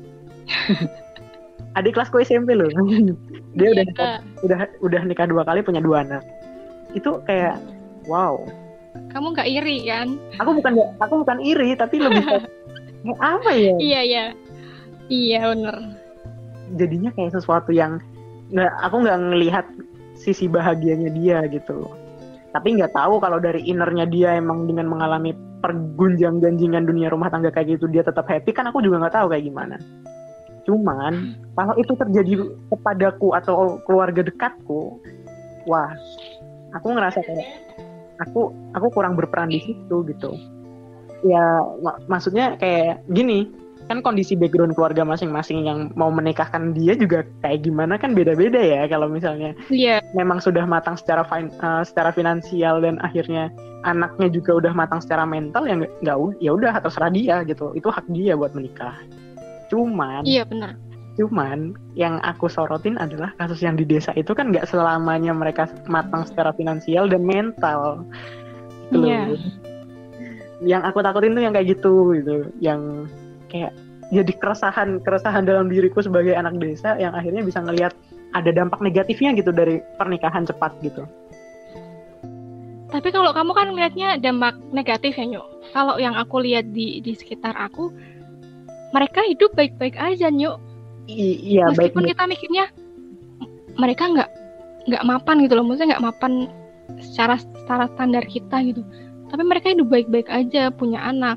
Adik kelasku S M P loh. Dia udah nikah, udah udah nikah dua kali, punya dua anak. Itu kayak wow. Kamu nggak iri kan? Aku bukan aku bukan iri, tapi lebih kayak apa ya? Iya iya. Iya bener. Jadinya kayak sesuatu yang nggak, aku nggak ngelihat sisi bahagianya dia gitu. Tapi nggak tahu kalau dari innernya dia emang dengan mengalami pergunjang-ganjingan dunia rumah tangga kayak gitu dia tetap happy, kan aku juga nggak tahu kayak gimana. Cuman kalau itu terjadi kepadaku atau keluarga dekatku, wah, aku ngerasa kayak aku aku kurang berperan di situ gitu. Ya mak- maksudnya kayak gini, kan kondisi background keluarga masing-masing yang mau menikahkan dia juga kayak gimana kan beda-beda ya. Kalau misalnya Iya. memang sudah matang secara fin- uh, secara finansial dan akhirnya anaknya juga udah matang secara mental, ya nggak ya udah terserah dia gitu. Itu hak dia buat menikah. Cuman, Iya benar. cuman yang aku sorotin adalah kasus yang di desa itu kan nggak selamanya mereka matang secara finansial dan mental. Gitu loh. Iya. Yang aku takutin tuh yang kayak gitu gitu, yang kayak jadi keresahan keresahan dalam diriku sebagai anak desa yang akhirnya bisa ngelihat ada dampak negatifnya gitu dari pernikahan cepat gitu. Tapi kalau kamu kan melihatnya dampak negatif ya Nyuk. Kalau yang aku lihat di di sekitar aku, mereka hidup baik-baik aja Nyuk. I- iya baik. Meskipun kita mikirnya mereka nggak nggak mapan gitu loh, maksudnya nggak mapan secara secara standar kita gitu. Tapi mereka hidup baik-baik aja, punya anak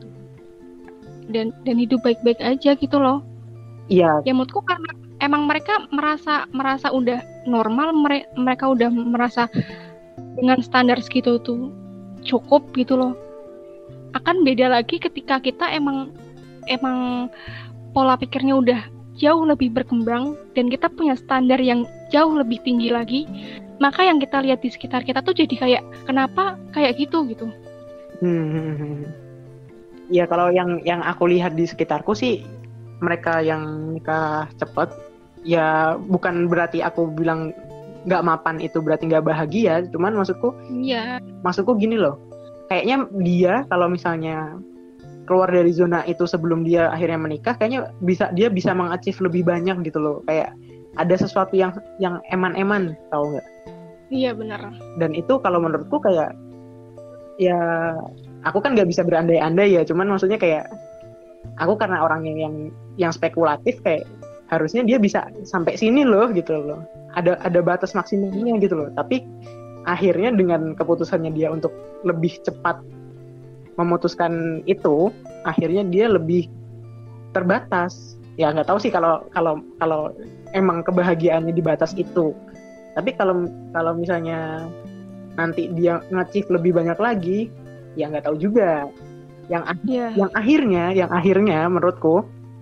dan dan hidup baik-baik aja gitu loh. Iya. Ya menurutku karena emang mereka merasa merasa udah normal, mere- mereka udah merasa dengan standar segitu tuh cukup gitu loh. Akan beda lagi ketika kita emang emang pola pikirnya udah jauh lebih berkembang dan kita punya standar yang jauh lebih tinggi lagi, maka yang kita lihat di sekitar kita tuh jadi kayak kenapa kayak gitu gitu. Hmm. Ya kalau yang yang aku lihat di sekitarku sih, mereka yang nikah cepet, ya bukan berarti aku bilang nggak mapan itu berarti nggak bahagia. Cuman maksudku, Iya. maksudku gini loh, kayaknya dia kalau misalnya keluar dari zona itu sebelum dia akhirnya menikah, kayaknya bisa dia bisa mengachieve lebih banyak gitu loh. Kayak ada sesuatu yang yang eman-eman, tahu nggak? Iya benar. Dan itu kalau menurutku kayak, ya aku kan nggak bisa berandai-andai ya, cuman maksudnya kayak aku karena orangnya yang yang spekulatif, kayak harusnya dia bisa sampai sini loh gitu loh. Ada ada batas maksimalnya gitu loh. Tapi akhirnya dengan keputusannya dia untuk lebih cepat memutuskan itu, akhirnya dia lebih terbatas. Ya nggak tahu sih kalau kalau kalau emang kebahagiaannya di batas itu. Tapi kalau kalau misalnya nanti dia nge-achieve lebih banyak lagi, ya nggak tahu juga. Yang Iya. yang akhirnya yang akhirnya menurutku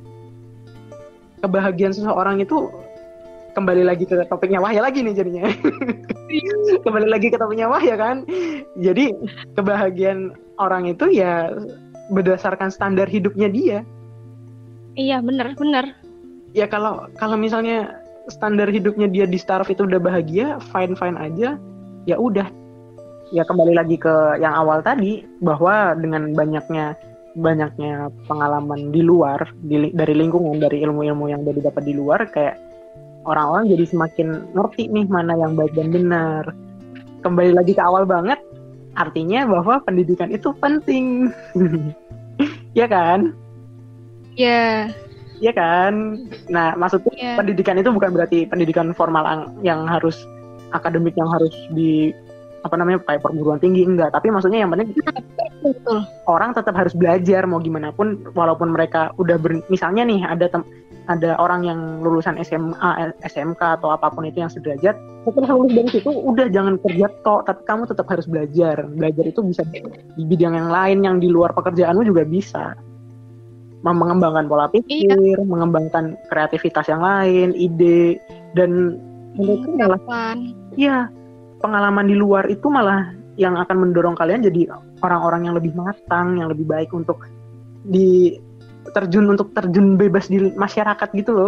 kebahagiaan seseorang itu kembali lagi ke topiknya Wahya lagi nih jadinya. Kembali lagi ke topiknya Wahya kan. Jadi kebahagiaan orang itu ya berdasarkan standar hidupnya dia. Iya benar benar. Ya kalau kalau misalnya standar hidupnya dia di starve itu udah bahagia, fine fine aja, ya udah. Ya kembali lagi ke yang awal tadi, bahwa dengan banyaknya banyaknya pengalaman di luar, di, dari lingkungan, dari ilmu-ilmu yang udah didapat di luar, kayak orang-orang jadi semakin ngerti nih mana yang baik dan benar. Kembali lagi ke awal banget, artinya bahwa pendidikan itu penting. Ya kan? Ya, Iya kan? Nah, maksudnya ya. pendidikan itu bukan berarti pendidikan formal ang- yang harus akademik, yang harus di apa namanya kayak perguruan tinggi, enggak. Tapi maksudnya yang penting Betul. orang tetap harus belajar mau gimana pun, walaupun mereka udah ber, misalnya nih ada tem, ada orang yang lulusan S M A, S M K atau apapun itu yang sederajat, setelah lulus dari situ udah jangan kerja tok, tapi kamu tetap harus belajar. Belajar itu bisa di bidang yang lain yang di luar pekerjaanmu juga bisa. Mengembangkan pola pikir, Iya. mengembangkan kreativitas yang lain, ide, dan menurutku malah Kapan? ya pengalaman di luar itu malah yang akan mendorong kalian jadi orang-orang yang lebih matang, yang lebih baik untuk di terjun untuk terjun bebas di masyarakat gitu loh.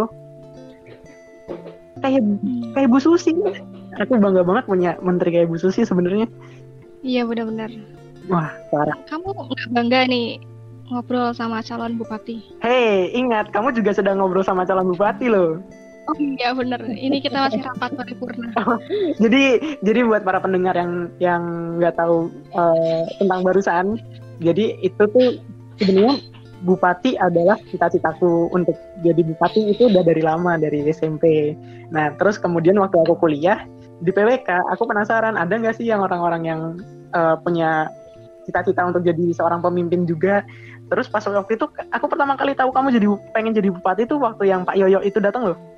Kayak Hmm. kayak Bu Susi. Aku bangga banget punya menteri kayak Bu Susi sebenarnya. Iya benar-benar. Wah, parah. Kamu nggak bangga nih ngobrol sama calon bupati? Hei, ingat kamu juga sedang ngobrol sama calon bupati loh. Oh iya benar. Ini kita masih rapat paripurna. Jadi jadi buat para pendengar yang yang nggak tahu uh, tentang barusan, jadi itu tuh sebenarnya bupati adalah cita-citaku untuk jadi bupati itu udah dari lama, dari S M P. Nah terus kemudian waktu aku kuliah di P W K, aku penasaran ada nggak sih yang orang-orang yang uh, punya cita-cita untuk jadi seorang pemimpin juga. Terus pas waktu itu aku pertama kali tahu kamu jadi pengen jadi bupati itu waktu yang Pak Yoyo itu datang loh.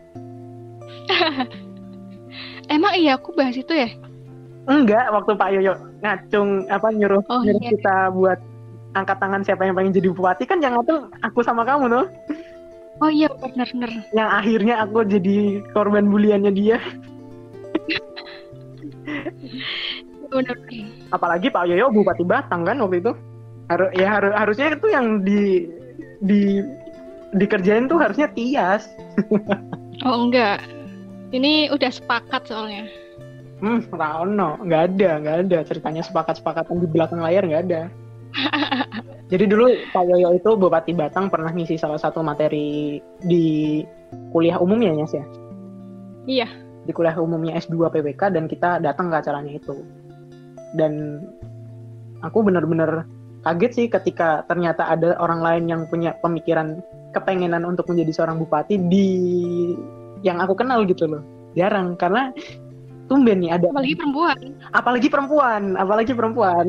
Emang iya aku bahas itu ya? Enggak, waktu Pak Yoyo ngacung apa nyuruh Oh nyuruh iya. kita buat angkat tangan siapa yang pengen jadi bupati, kan yang ngacung aku sama kamu tuh. Oh iya benar-benar. Yang akhirnya aku jadi korban buliannya dia. Benar-benar. Apalagi Pak Yoyo bupati Batang kan waktu itu. Harus ya harus harusnya itu yang di di dikerjain tuh harusnya Tias. Oh enggak. Ini udah sepakat soalnya. Hmm, Rano, nggak ada, nggak ada ceritanya sepakat-sepakatan di belakang layar, nggak ada. Jadi dulu Pak Yoyo itu Bupati Batang pernah ngisi salah satu materi di kuliah umumnya ya, ya? Iya. Di kuliah umumnya S dua P W K dan kita datang ke acaranya itu. Dan aku benar-benar kaget sih ketika ternyata ada orang lain yang punya pemikiran kepengenan untuk menjadi seorang bupati di yang aku kenal gitu loh. Jarang, karena tumben nih ada Apalagi perempuan. apalagi perempuan apalagi perempuan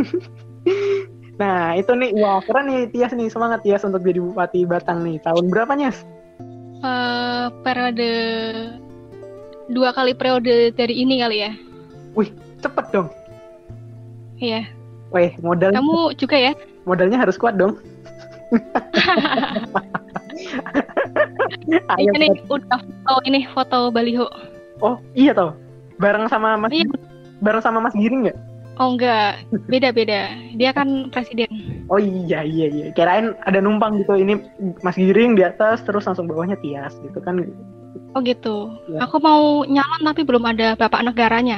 nah itu nih, wah keren nih Tias nih, semangat Tias untuk jadi bupati Batang nih. Tahun berapa Nyes? Uh, periode dua kali periode dari ini kali ya. Wih cepet dong. Iya. Wih modal Kamu juga ya? modalnya harus kuat dong. Ayo, ini udah foto ini foto baliho. oh iya toh, bareng sama Mas Iya. bareng sama Mas Giring nggak? Oh enggak, beda-beda. Dia kan presiden. Oh iya iya iya, kirain ada numpang gitu, ini Mas Giring di atas terus langsung bawahnya Tias gitu kan. Oh gitu. Ya. Aku mau nyalon tapi belum ada bapak negaranya.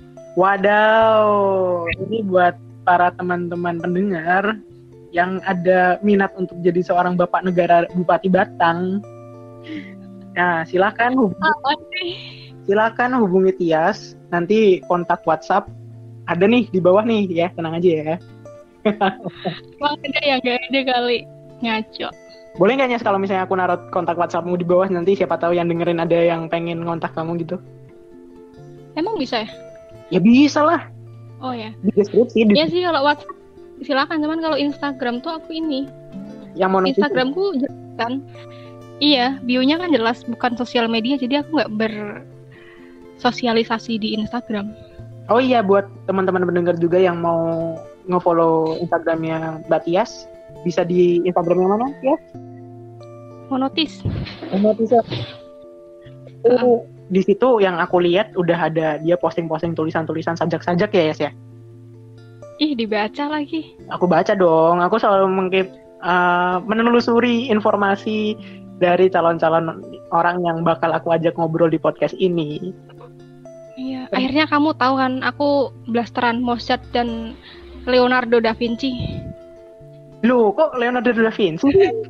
Wadaw, ini buat para teman-teman pendengar yang ada minat untuk jadi seorang bapak negara Bupati Batang. Nah, silakan hubungi, silakan hubungi Tias. Nanti kontak WhatsApp ada nih di bawah nih ya, tenang aja ya. Wah, ada ya gak ada kali. Ngaco. Boleh nggak Nyes kalau misalnya aku naruh kontak WhatsAppmu di bawah, nanti siapa tahu yang dengerin ada yang pengen kontak kamu gitu. Emang bisa ya? Ya bisa lah. Oh ya. Di deskripsi. Di... Ya sih kalau WhatsApp silakan, cuman kalau Instagram tuh aku ini. Yang mau Instagramku jelas kan. Iya, bio-nya kan jelas bukan sosial media, jadi aku nggak bersosialisasi di Instagram. Oh iya, buat teman-teman pendengar juga yang mau nge-follow Instagramnya Mbak Tias, bisa di Instagramnya mana ya? Monotis. Monotis. Oh, di situ yang aku lihat udah ada dia posting-posting tulisan-tulisan sajak-sajak ya, Yes ya? Ih, dibaca lagi. Aku baca dong. Aku selalu mengkip uh, menelusuri informasi dari calon-calon orang yang bakal aku ajak ngobrol di podcast ini. Iya, akhirnya kamu tahu kan aku blasteran Mozart dan Leonardo da Vinci. Loh, kok Leonardo da Vinci?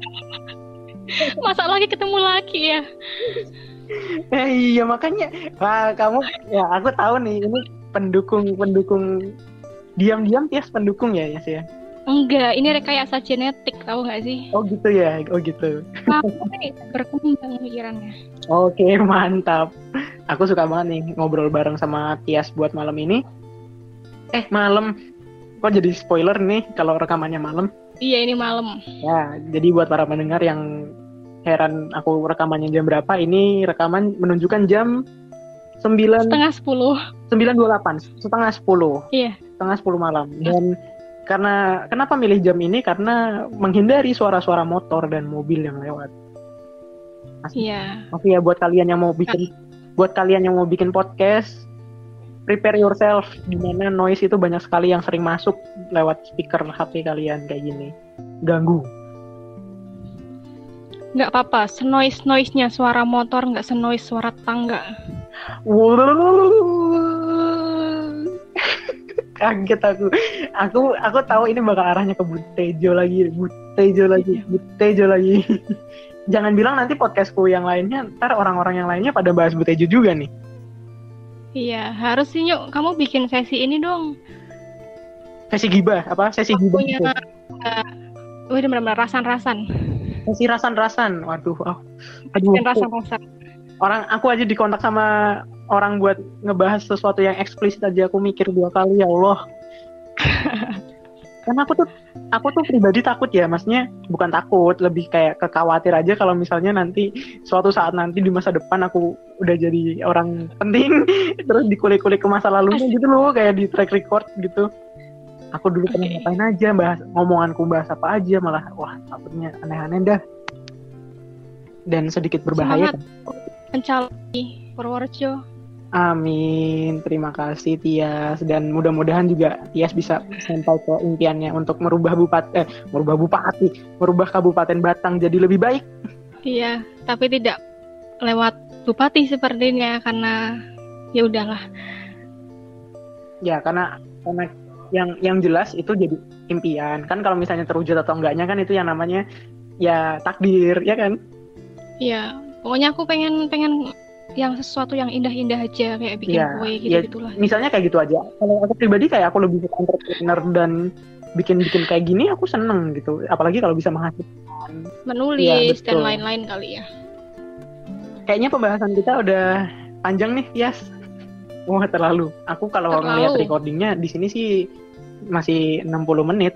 Masa lagi ketemu lagi ya? Eh, iya makanya, wah kamu ya aku tahu nih ini pendukung-pendukung diam-diam Tias pendukung ya Yes ya. Enggak, ini rekayasa genetik, tahu nggak sih? Oh gitu ya, oh gitu. Sampai berkembang pikirannya. Oke, mantap. Aku suka banget nih ngobrol bareng sama Tias buat malam ini. Eh, malam. Kok jadi spoiler nih kalau rekamannya malam? Iya, ini malam. Ya, jadi buat para pendengar yang heran aku rekamannya jam berapa, ini rekaman menunjukkan jam sembilan Setengah sepuluh. sembilan dua puluh delapan, setengah sepuluh. Iya. Setengah sepuluh malam. Dan karena kenapa milih jam ini? Karena menghindari suara-suara motor dan mobil yang lewat. Iya. Oke ya, buat kalian yang mau bikin buat kalian yang mau bikin podcast, prepare yourself, dimana noise itu banyak sekali yang sering masuk lewat speaker H P kalian kayak gini, ganggu. Nggak apa-apa, senoise-noise-nya suara motor, nggak senoise suara tangga. Kaget aku. Aku aku tahu ini bakal arahnya ke Butejo lagi, Butejo lagi, Butejo lagi. Jangan bilang nanti podcastku yang lainnya, ntar orang-orang yang lainnya pada bahas Butejo juga nih. Iya, harus sih Nyuk, kamu bikin sesi ini dong. Sesi gibah, apa? Sesi gibah Punya, gitu. uh, udah benar-benar rasan-rasan. Sesi rasan-rasan, waduh. Oh. Aduh, rasan-rasan. Orang aku aja dikontak sama orang buat ngebahas sesuatu yang eksplisit aja aku mikir dua kali, ya Allah. Karena aku tuh aku tuh pribadi takut ya, maksudnya bukan takut, lebih kayak kekhawatir aja kalau misalnya nanti suatu saat nanti di masa depan aku udah jadi orang penting terus dikulik-kulik ke masa lalunya gitu loh, kayak di track record gitu. Aku dulu pernah okay. ngapain aja, bahas ngomonganku bahas apa aja, malah wah takutnya aneh-aneh dah. Dan sedikit berbahaya. Semangat pencalon Purworejo. Amin, terima kasih Tias, dan mudah-mudahan juga Tias bisa sampai ke impiannya untuk merubah bupati, eh, merubah bupati, merubah Kabupaten Batang jadi lebih baik. Iya, tapi tidak lewat bupati sepertinya, karena ya udahlah. Ya, karena karena yang yang jelas itu jadi impian kan, kalau misalnya terwujud atau enggaknya kan itu yang namanya ya takdir, ya kan? Iya, pokoknya aku pengen pengen yang sesuatu yang indah-indah aja, kayak bikin ya, kue gitu ya, gitulah. Misalnya kayak gitu aja. Kalau aku pribadi kayak aku lebih suka entrepreneur dan bikin-bikin kayak gini aku seneng gitu. Apalagi kalau bisa menghasilkan, menulis ya, dan lain-lain kali ya. Kayaknya pembahasan kita udah panjang nih, Yas. Wah, terlalu. Aku kalau ngeliat recordingnya di sini sih masih enam puluh menit.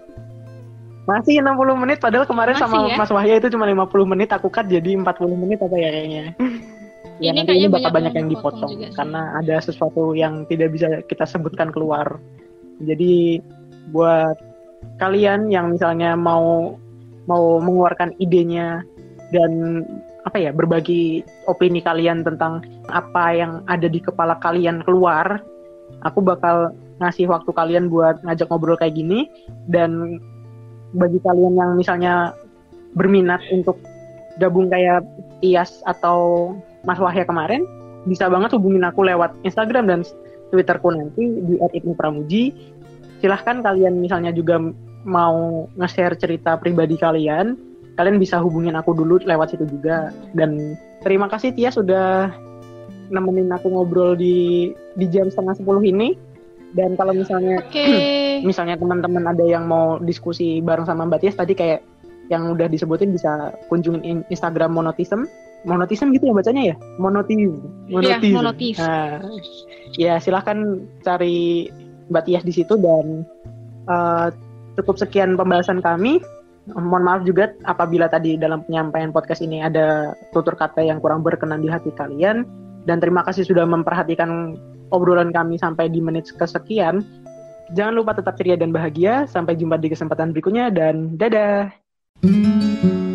Masih enam puluh menit, padahal kemarin masih, sama ya? Mas Wahya itu cuma lima puluh menit, aku cut jadi empat puluh menit apa ya kayaknya. Ya, ini nanti ini bakal banyak yang dipotong karena ada sesuatu yang tidak bisa kita sebutkan keluar. Jadi buat kalian yang misalnya mau mau mengeluarkan idenya dan apa ya, berbagi opini kalian tentang apa yang ada di kepala kalian keluar, aku bakal ngasih waktu kalian buat ngajak ngobrol kayak gini. Dan bagi kalian yang misalnya berminat untuk gabung kayak Tias atau Mas Wahya kemarin, bisa banget hubungin aku lewat Instagram dan Twitterku nanti di et ibnu pramuji. Silahkan kalian misalnya juga mau nge-share cerita pribadi kalian, kalian bisa hubungin aku dulu lewat situ juga. Dan terima kasih Tias sudah nemenin aku ngobrol di di jam setengah sepuluh ini. Dan kalau misalnya okay. misalnya teman-teman ada yang mau diskusi bareng sama Mbak Tias tadi kayak yang udah disebutin, bisa kunjungin Instagram Monotism. Monotism gitu ya bacanya ya? Monotism. Monotism. Ya, monotism. Nah, ya silahkan cari Mbak Tias di situ. Dan uh, cukup sekian pembahasan kami. Mohon maaf juga apabila tadi dalam penyampaian podcast ini ada tutur kata yang kurang berkenan di hati kalian. Dan terima kasih sudah memperhatikan obrolan kami sampai di menit kesekian. Jangan lupa tetap ceria dan bahagia. Sampai jumpa di kesempatan berikutnya dan dadah.